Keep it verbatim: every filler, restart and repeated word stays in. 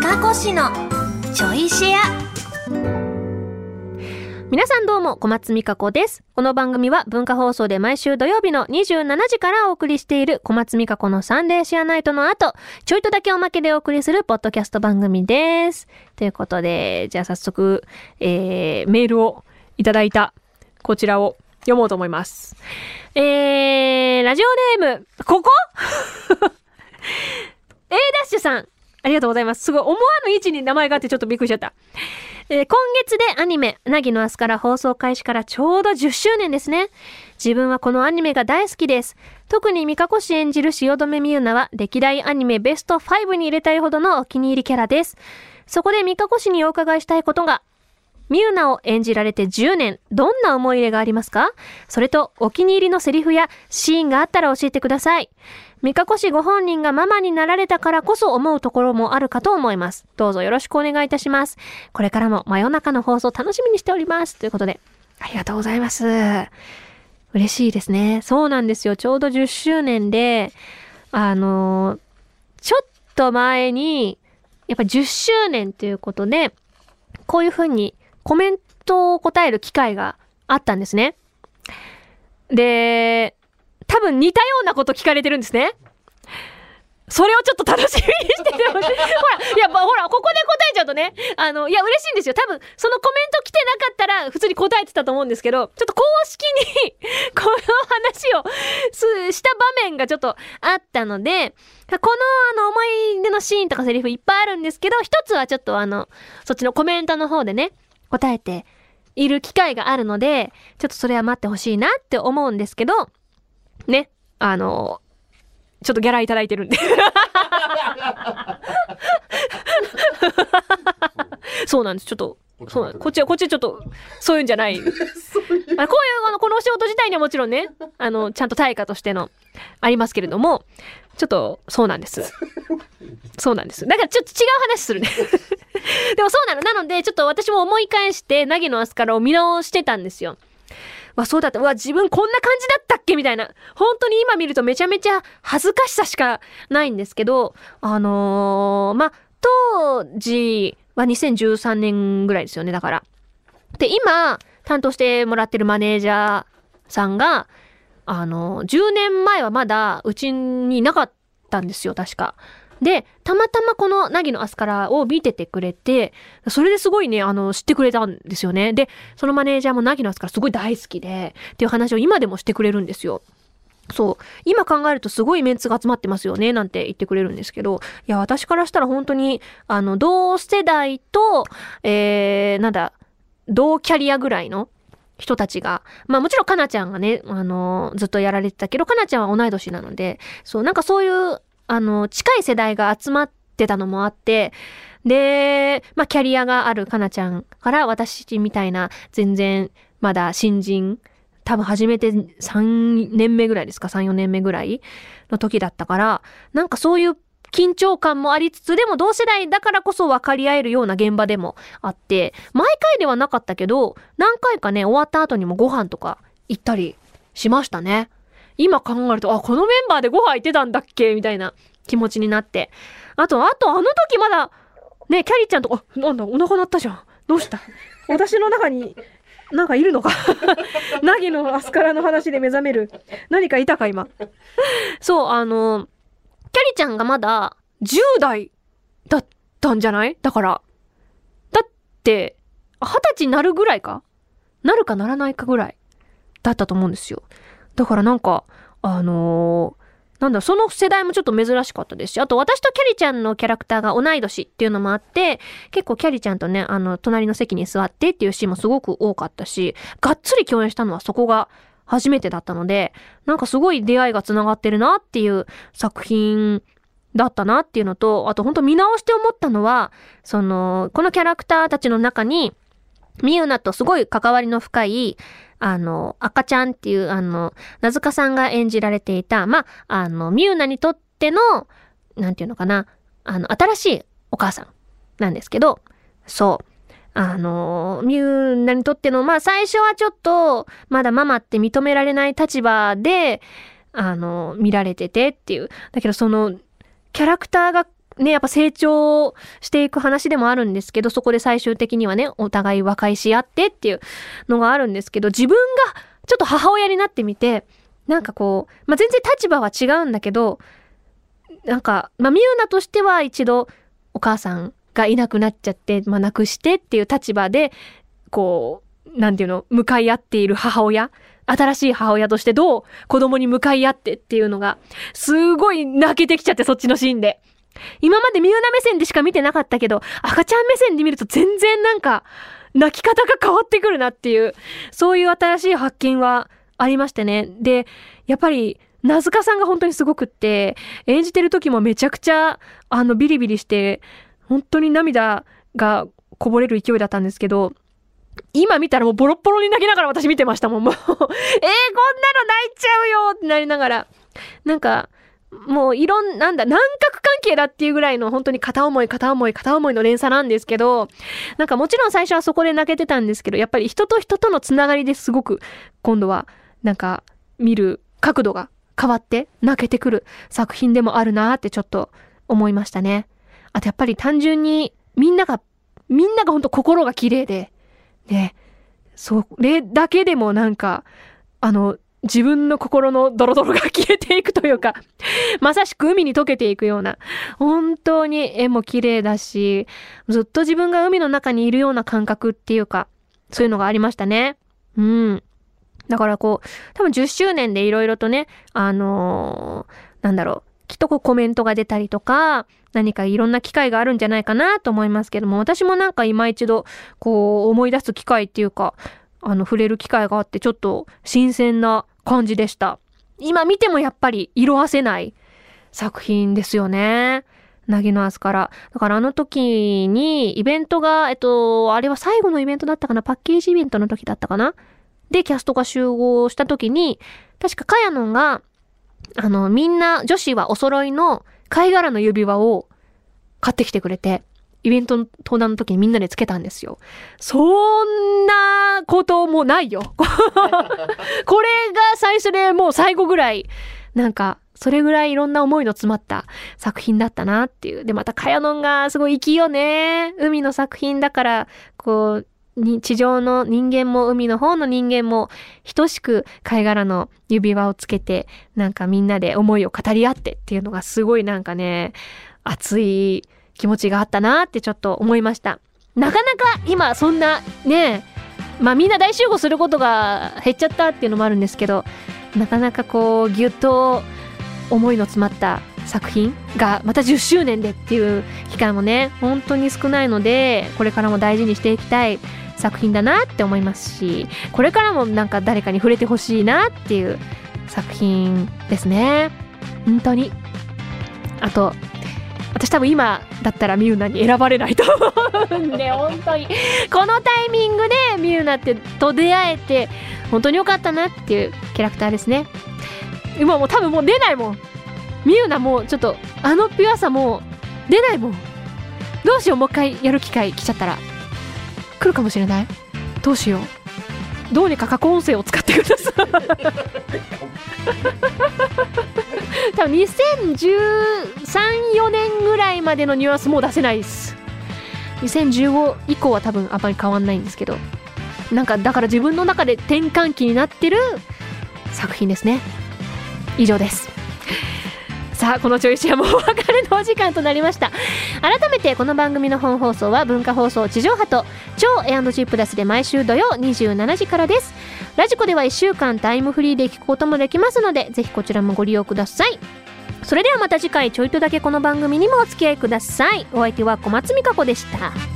かこしのちょいシェア。 皆さんどうも、小松美香子です。この番組は文化放送で毎週土曜日のにじゅうしちじからお送りしている小松美香子のサンデーシェアナイトの後、ちょいとだけおまけでお送りするポッドキャスト番組です。ということで、じゃあ早速、えー、メールをいただいたこちらを読もうと思います。えー、ラジオネーム、ここA ダッシュさん、ありがとうございます。すごい思わぬ位置に名前があってちょっとびっくりしちゃった。えー、今月でアニメ、凪の明日から放送開始からちょうどじゅっしゅうねんですね。自分はこのアニメが大好きです。特に美香子氏演じる汐留美優奈は歴代アニメベストごに入れたいほどのお気に入りキャラです。そこで美香子氏にお伺いしたいことが、ミユナを演じられてじゅうねん、どんな思い入れがありますか？それとお気に入りのセリフやシーンがあったら教えてください。美香子氏ご本人がママになられたからこそ思うところもあるかと思います。どうぞよろしくお願いいたします。これからも真夜中の放送楽しみにしております。ということで、ありがとうございます。嬉しいですね。そうなんですよ。ちょうどじゅっしゅうねんで、あのー、ちょっと前に、やっぱじゅっしゅうねんということで、こういうふうにコメントを答える機会があったんですね。で、多分似たようなこと聞かれてるんですね。それをちょっと楽しみにしててほしい。ほら、いや、ほら、ここで答えちゃうとね、あの、いや、嬉しいんですよ。多分、そのコメント来てなかったら、普通に答えてたと思うんですけど、ちょっと公式に、この話をすした場面がちょっとあったので、この、あの、思い出のシーンとかセリフいっぱいあるんですけど、一つはちょっとあの、そっちのコメントの方でね、答えている機会があるので、ちょっとそれは待ってほしいなって思うんですけど、ね、あの、ちょっとギャラいただいてるんで。そうなんです。ちょっと、そうなんです。こっちは、こっちちょっと、そういうんじゃない。あこういう、あの、このお仕事自体にはもちろんね、あの、ちゃんと対価としての、ありますけれども、ちょっと、そうなんです。そうなんです。だからちょっと違う話するね。でもそうなの。なので、ちょっと私も思い返して、凪の明日からを見直してたんですよ。わ、そうだった。うわ、自分こんな感じだったっけみたいな。本当に今見るとめちゃめちゃ恥ずかしさしかないんですけど、あのー、ま、当時はにせんじゅうさんねんぐらいですよね、だから。で、今、担当してもらってるマネージャーさんが、あのー、じゅうねんまえはまだうちにいなかったんですよ、確か。で、たまたまこの凪の明日からを見ててくれて、それですごいね、あの、知ってくれたんですよね。で、そのマネージャーも凪の明日からすごい大好きで、っていう話を今でもしてくれるんですよ。そう。今考えるとすごいメンツが集まってますよね、なんて言ってくれるんですけど、いや、私からしたら本当に、あの、同世代と、えー、なんだ、同キャリアぐらいの人たちが、まあもちろんかなちゃんがね、あの、ずっとやられてたけど、かなちゃんは同い年なので、そう、なんかそういう、あの、近い世代が集まってたのもあって、で、まあ、キャリアがあるかなちゃんから私みたいな全然まだ新人、多分初めてさんねんめぐらいですか、さん、よねんめぐらいの時だったから、なんかそういう緊張感もありつつ、でも同世代だからこそ分かり合えるような現場でもあって、毎回ではなかったけど、何回かね、終わった後にもご飯とか行ったりしましたね。今考えると、あ、このメンバーでご飯行ってたんだっけみたいな気持ちになって。あと、あと、あの時まだ、ね、キャリーちゃんとか、あ、なんだ、お腹鳴ったじゃん。どうした私の中に、なんかいるのか凪の明日からの話で目覚める。何かいたか、今。そう、あの、キャリーちゃんがまだ、じゅう代だったんじゃないだから。だって、はたちになるぐらいかなるかならないかぐらいだったと思うんですよ。だからなんか、あのー、なんだ、その世代もちょっと珍しかったですし、あと私とキャリちゃんのキャラクターが同い年っていうのもあって、結構キャリちゃんとね、あの、隣の席に座ってっていうシーンもすごく多かったし、がっつり共演したのはそこが初めてだったので、なんかすごい出会いがつながってるなっていう作品だったなっていうのと、あと本当見直して思ったのは、その、このキャラクターたちの中に、みゆなとすごい関わりの深い、あの、赤ちゃんっていう、あの、なずかさんが演じられていた、まあ、あの、みゆなにとっての、なんていうのかな、あの、新しいお母さんなんですけど、そう。あの、みゆなにとっての、まあ、最初はちょっと、まだママって認められない立場で、あの、見られててっていう。だけど、その、キャラクターがね、やっぱ成長していく話でもあるんですけど、そこで最終的にはね、お互い和解し合ってっていうのがあるんですけど、自分がちょっと母親になってみて、なんかこう、まあ、全然立場は違うんだけど、なんか、まあ、ミユナとしては一度お母さんがいなくなっちゃって、まあ、亡くしてっていう立場で、こう、なんていうの、向かい合っている母親、新しい母親としてどう子供に向かい合ってっていうのが、すごい泣けてきちゃって、そっちのシーンで。今までミユナ目線でしか見てなかったけど、赤ちゃん目線で見ると全然なんか、泣き方が変わってくるなっていう、そういう新しい発見はありましてね。で、やっぱり、名塚さんが本当にすごくって、演じてる時もめちゃくちゃ、あの、ビリビリして、本当に涙がこぼれる勢いだったんですけど、今見たらもうボロッボロに泣きながら私見てましたもん。もう、えー、こんなの泣いちゃうよってなりながら、なんか、もういろん、なんだ、南角関係だっていうぐらいの本当に片思い片思い片思いの連鎖なんですけど、なんかもちろん最初はそこで泣けてたんですけど、やっぱり人と人とのつながりですごく、今度は、なんか、見る角度が変わって泣けてくる作品でもあるなーってちょっと思いましたね。あとやっぱり単純にみんなが、みんなが本当心が綺麗で、ね、それだけでもなんか、あの、自分の心のドロドロが消えていくというか、まさしく海に溶けていくような、本当に絵も綺麗だし、ずっと自分が海の中にいるような感覚っていうか、そういうのがありましたね。うん。だからこう、多分じゅっしゅうねんでいろいろとね、あのー、なんだろう、きっとこうコメントが出たりとか、何かいろんな機会があるんじゃないかなと思いますけども、私もなんか今一度、こう思い出す機会っていうか、あの、触れる機会があって、ちょっと新鮮な感じでした。今見てもやっぱり色褪せない作品ですよね。凪の明日から。だからあの時にイベントが、えっと、あれは最後のイベントだったかな、パッケージイベントの時だったかな。で、キャストが集合した時に、確かカヤノンが、あの、みんな、女子はお揃いの貝殻の指輪を買ってきてくれて、イベントの登壇の時にみんなでつけたんですよ。そんなこともないよ。これが最初でもう最後ぐらい、なんか、それぐらいいろんな思いの詰まった作品だったなっていう。で、またカヤノンがすごい生きよね。海の作品だから、こう、に地上の人間も海の方の人間も等しく貝殻の指輪をつけて、なんかみんなで思いを語り合ってっていうのがすごいなんかね、熱い気持ちがあったなってちょっと思いました。なかなか今そんなね、まあみんな大集合することが減っちゃったっていうのもあるんですけど、なかなかこうギュッと思いの詰まった作品がまたじゅっしゅうねんでっていう機会もね、本当に少ないので、これからも大事にしていきたい作品だなって思いますし、これからもなんか誰かに触れてほしいなっていう作品ですね。本当に。あと、私多分今だったらミユナに選ばれないと思うんで、本当に。このタイミングでミユナってと出会えて、本当に良かったなっていうキャラクターですね。今もう多分もう出ないもん。ミユナもうちょっとあのピュアさもう出ないもん。どうしよう、もう一回やる機会来ちゃったら。来るかもしれない。どうしよう。どうにか過去音声を使ってください。多分にせんじゅうさん、よねんぐらいまでのニュアンスもう出せないです。にせんじゅうご以降は多分あんまり変わんないんですけど、なんかだから自分の中で転換期になってる作品ですね。以上です。さあ、このちょいシェアもお別れのお時間となりました。改めてこの番組の本放送は文化放送地上波と超 エーアンドジー プラスで毎週土曜にじゅうしちじからです。ラジコではいっしゅうかんタイムフリーで聞くこともできますので、ぜひこちらもご利用ください。それではまた次回ちょいとだけこの番組にもお付き合いください。お相手は小松美香子でした。